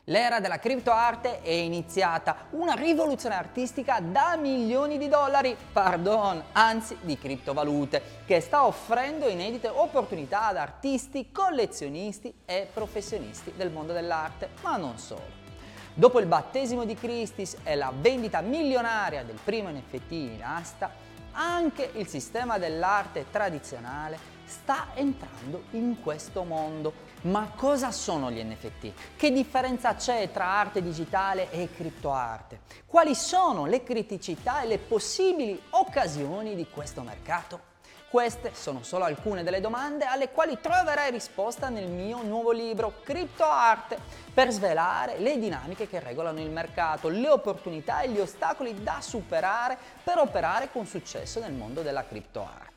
L'era della criptoarte è iniziata, una rivoluzione artistica da milioni di dollari, anzi di criptovalute, che sta offrendo inedite opportunità ad artisti, collezionisti e professionisti del mondo dell'arte, ma non solo. Dopo il battesimo di Christie's e la vendita milionaria del primo NFT in asta, anche il sistema dell'arte tradizionale sta entrando in questo mondo. Ma cosa sono gli NFT? Che differenza c'è tra arte digitale e criptoarte? Quali sono le criticità e le possibili occasioni di questo mercato? Queste sono solo alcune delle domande alle quali troverai risposta nel mio nuovo libro Criptoarte, per svelare le dinamiche che regolano il mercato, le opportunità e gli ostacoli da superare per operare con successo nel mondo della criptoarte.